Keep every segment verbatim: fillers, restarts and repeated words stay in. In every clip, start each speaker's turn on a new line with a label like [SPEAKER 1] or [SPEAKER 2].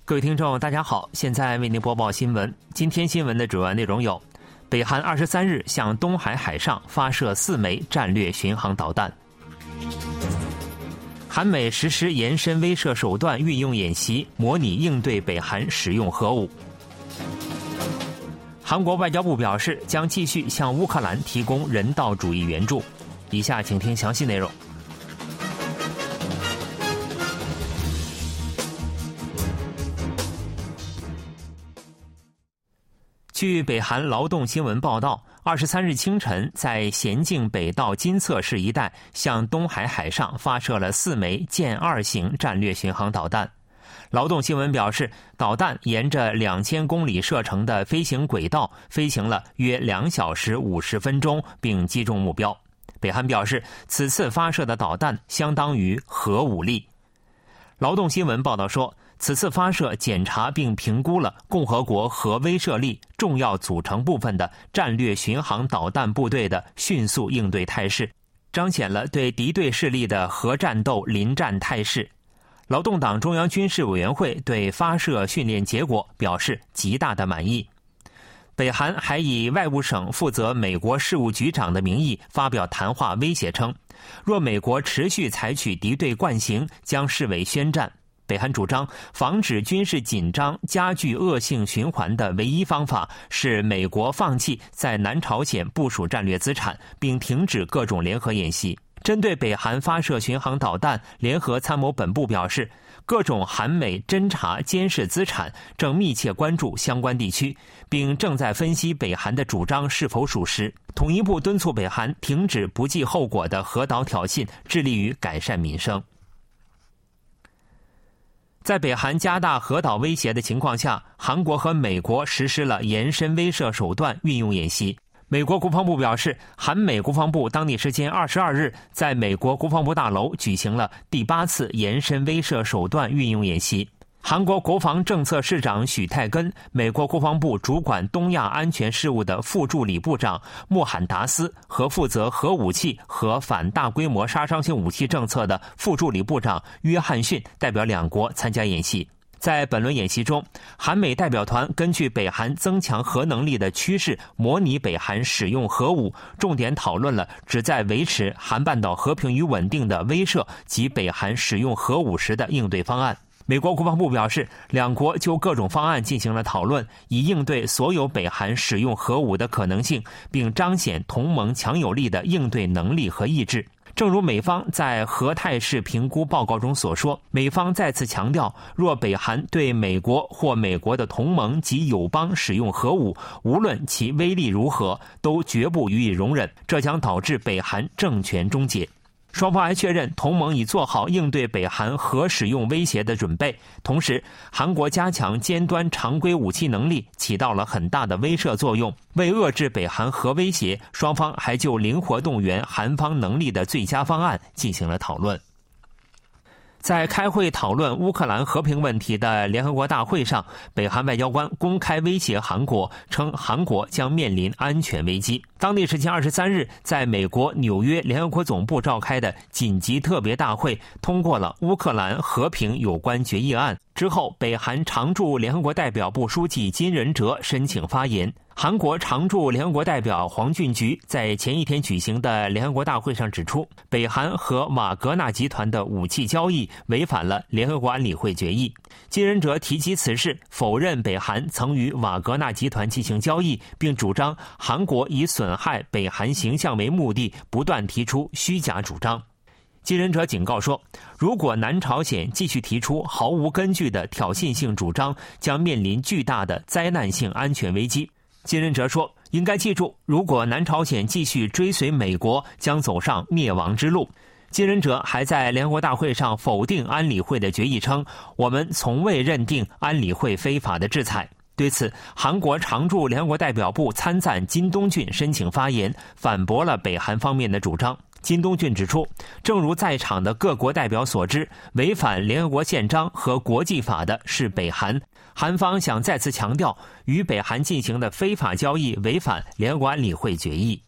[SPEAKER 1] 各位听众大家好，现在为您播报新闻。今天新闻的主要内容有：北韩二十三日向东海海上发射四枚战略巡航导弹；韩美实施延伸威慑手段运用演习，模拟应对北韩使用核武；韩国外交部表示将继续向乌克兰提供人道主义援助。以下请听详细内容。据北韩劳动新闻报道，二十三日清晨，在咸镜北道金策市一带向东海海上发射了四枚舰二型战略巡航导弹。劳动新闻表示，导弹沿着两千公里射程的飞行轨道飞行了约两小时五十分钟，并击中目标。北韩表示，此次发射的导弹相当于核武力。劳动新闻报道说，此次发射检查并评估了共和国核威慑力重要组成部分的战略巡航导弹部队的迅速应对态势，彰显了对敌对势力的核战斗临战态势。劳动党中央军事委员会对发射训练结果表示极大的满意。北韩还以外务省负责美国事务局长的名义发表谈话，威胁称，若美国持续采取敌对惯行，将视为宣战。北韩主张，防止军事紧张加剧恶性循环的唯一方法是美国放弃在南朝鲜部署战略资产，并停止各种联合演习。针对北韩发射巡航导弹，联合参谋本部表示，各种韩美侦察监视资产正密切关注相关地区，并正在分析北韩的主张是否属实。统一部敦促北韩停止不计后果的核岛挑衅，致力于改善民生。在北韩加大核岛威胁的情况下，韩国和美国实施了延伸威慑手段运用演习。美国国防部表示，韩美国防部当地时间二十二日在美国国防部大楼举行了第八次延伸威慑手段运用演习。韩国国防政策市长许泰根、美国国防部主管东亚安全事务的副助理部长莫罕达斯和负责核武器和反大规模杀伤性武器政策的副助理部长约翰逊代表两国参加演习。在本轮演习中，韩美代表团根据北韩增强核能力的趋势，模拟北韩使用核武，重点讨论了旨在维持韩半岛和平与稳定的威慑及北韩使用核武时的应对方案。美国国防部表示，两国就各种方案进行了讨论，以应对所有北韩使用核武的可能性，并彰显同盟强有力的应对能力和意志。正如美方在核态势评估报告中所说，美方再次强调，若北韩对美国或美国的同盟及友邦使用核武，无论其威力如何，都绝不予以容忍，这将导致北韩政权终结。双方还确认，同盟已做好应对北韩核使用威胁的准备。同时，韩国加强尖端常规武器能力，起到了很大的威慑作用。为遏制北韩核威胁，双方还就灵活动员韩方能力的最佳方案进行了讨论。在开会讨论乌克兰和平问题的联合国大会上，北韩外交官公开威胁韩国，称韩国将面临安全危机。当地时间二十三日，在美国纽约联合国总部召开的紧急特别大会通过了乌克兰和平有关决议案。之后，北韩常驻联合国代表部书记金仁哲申请发言。韩国常驻联合国代表黄俊菊在前一天举行的联合国大会上指出，北韩和瓦格纳集团的武器交易违反了联合国安理会决议。金仁哲提及此事，否认北韩曾与瓦格纳集团进行交易，并主张韩国以损害北韩形象为目的，不断提出虚假主张。金仁哲警告说，如果南朝鲜继续提出毫无根据的挑衅性主张，将面临巨大的灾难性安全危机。金仁哲说，应该记住，如果南朝鲜继续追随美国，将走上灭亡之路。金仁哲还在联合国大会上否定安理会的决议，称我们从未认定安理会非法的制裁。对此，韩国常驻联合国代表部参赞金东俊申请发言，反驳了北韩方面的主张。金东俊指出，正如在场的各国代表所知，违反联合国宪章和国际法的是北韩。韩方想再次强调，与北韩进行的非法交易违反联合国安理会决议。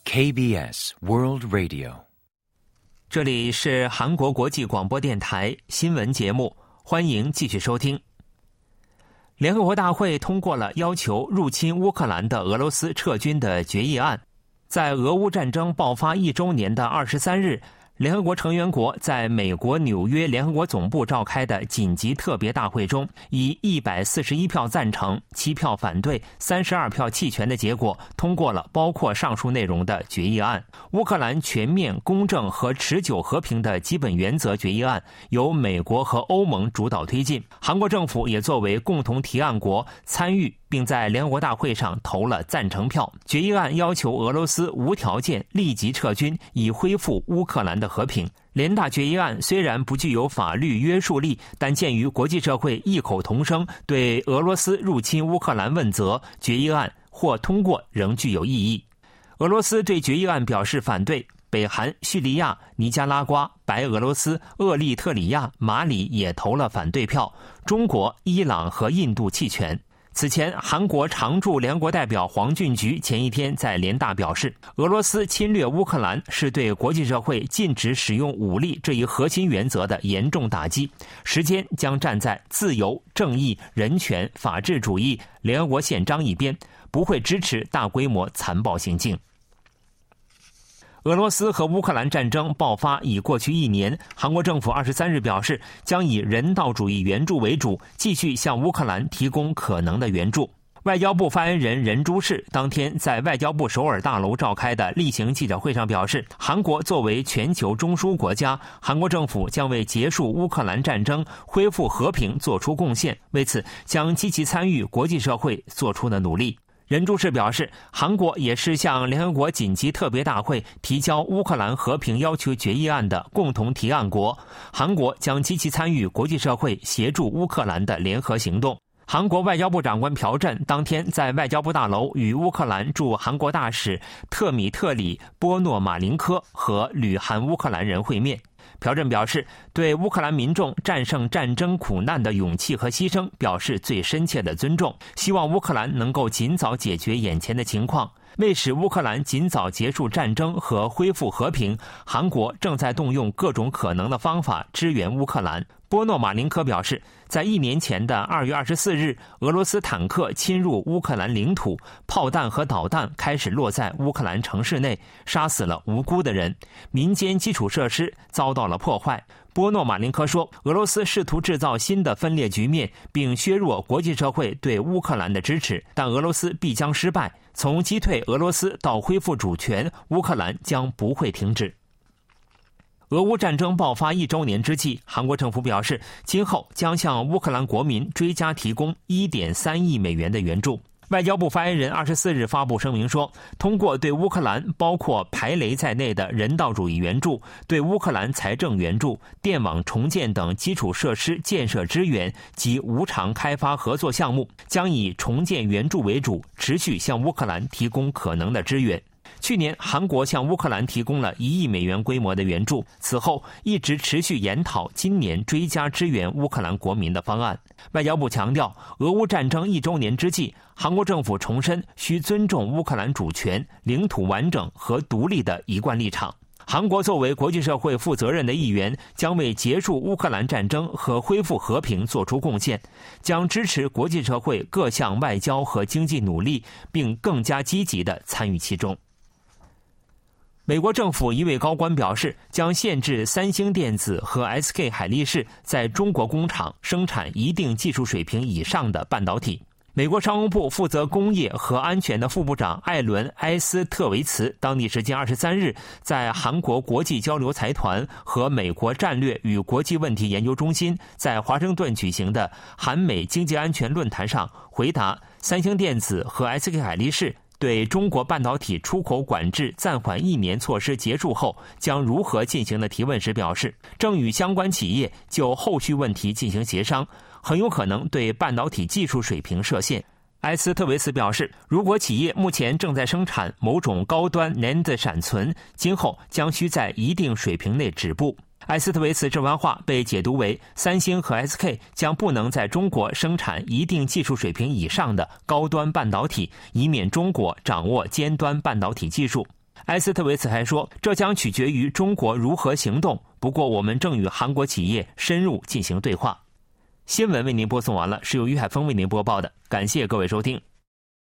[SPEAKER 2] K B S World Radio。
[SPEAKER 1] 这里是韩国国际广播电台新闻节目，欢迎继续收听。联合国大会通过了要求入侵乌克兰的俄罗斯撤军的决议案。在俄乌战争爆发一周年的二十三日，联合国成员国在美国纽约联合国总部召开的紧急特别大会中，以一百四十一票赞成、七票反对、三十二票弃权的结果，通过了包括上述内容的决议案。乌克兰全面、公正和持久和平的基本原则决议案由美国和欧盟主导推进，韩国政府也作为共同提案国参与，并在联合国大会上投了赞成票。决议案要求俄罗斯无条件立即撤军，以恢复乌克兰的和平。联大决议案虽然不具有法律约束力，但鉴于国际社会异口同声对俄罗斯入侵乌克兰问责，决议案或通过仍具有意义。俄罗斯对决议案表示反对，北韩、叙利亚、尼加拉瓜、白俄罗斯、厄立特里亚、马里也投了反对票，中国、伊朗和印度弃权。此前，韩国常驻联合国代表黄俊菊前一天在联大表示，俄罗斯侵略乌克兰是对国际社会禁止使用武力这一核心原则的严重打击，时间将站在自由、正义、人权、法治主义、联合国宪章一边，不会支持大规模残暴行径。俄罗斯和乌克兰战争爆发已过去一年，韩国政府二十三日表示，将以人道主义援助为主，继续向乌克兰提供可能的援助。外交部发言人任珠世当天在外交部首尔大楼召开的例行记者会上表示，韩国作为全球中枢国家，韩国政府将为结束乌克兰战争、恢复和平做出贡献，为此将积极参与国际社会做出的努力。任珠世表示，韩国也是向联合国紧急特别大会提交乌克兰和平要求决议案的共同提案国，韩国将积极参与国际社会协助乌克兰的联合行动。韩国外交部长官朴振当天在外交部大楼与乌克兰驻韩国大使特米特里波诺马林科和旅韩乌克兰人会面。朴振表示，对乌克兰民众战胜战争苦难的勇气和牺牲表示最深切的尊重，希望乌克兰能够尽早解决眼前的情况。为使乌克兰尽早结束战争和恢复和平，韩国正在动用各种可能的方法支援乌克兰。波诺马林科表示，在一年前的二月二十四日，俄罗斯坦克侵入乌克兰领土，炮弹和导弹开始落在乌克兰城市内，杀死了无辜的人，民间基础设施遭到了破坏。波诺马林科说，俄罗斯试图制造新的分裂局面，并削弱国际社会对乌克兰的支持，但俄罗斯必将失败。从击退俄罗斯到恢复主权，乌克兰将不会停止。俄乌战争爆发一周年之际，韩国政府表示，今后将向乌克兰国民追加提供 一点三亿美元的援助。外交部发言人二十四日发布声明说，通过对乌克兰包括排雷在内的人道主义援助、对乌克兰财政援助、电网重建等基础设施建设支援及无偿开发合作项目，将以重建援助为主，持续向乌克兰提供可能的支援。去年，韩国向乌克兰提供了一亿美元规模的援助，此后一直持续研讨今年追加支援乌克兰国民的方案。外交部强调，俄乌战争一周年之际，韩国政府重申需尊重乌克兰主权、领土完整和独立的一贯立场。韩国作为国际社会负责任的一员，将为结束乌克兰战争和恢复和平做出贡献，将支持国际社会各项外交和经济努力，并更加积极地参与其中。美国政府一位高官表示，将限制三星电子和 S K 海力士在中国工厂生产一定技术水平以上的半导体。美国商务部负责工业和安全的副部长艾伦·埃斯特维茨当地时间二十三日在韩国国际交流财团和美国战略与国际问题研究中心在华盛顿举行的韩美经济安全论坛上回答三星电子和 S K 海力士对中国半导体出口管制暂缓一年措施结束后将如何进行的提问时表示，正与相关企业就后续问题进行协商，很有可能对半导体技术水平设限。埃斯特维茨表示，如果企业目前正在生产某种高端 N A N D 闪存，今后将需在一定水平内止步。埃斯特维茨这番话被解读为三星和 S K 将不能在中国生产一定技术水平以上的高端半导体，以免中国掌握尖端半导体技术。 埃斯特维茨还说，这将取决于中国如何行动，不过我们正与韩国企业深入进行对话。新闻为您播送完了，是由于海峰为您播报的，感谢各位收听。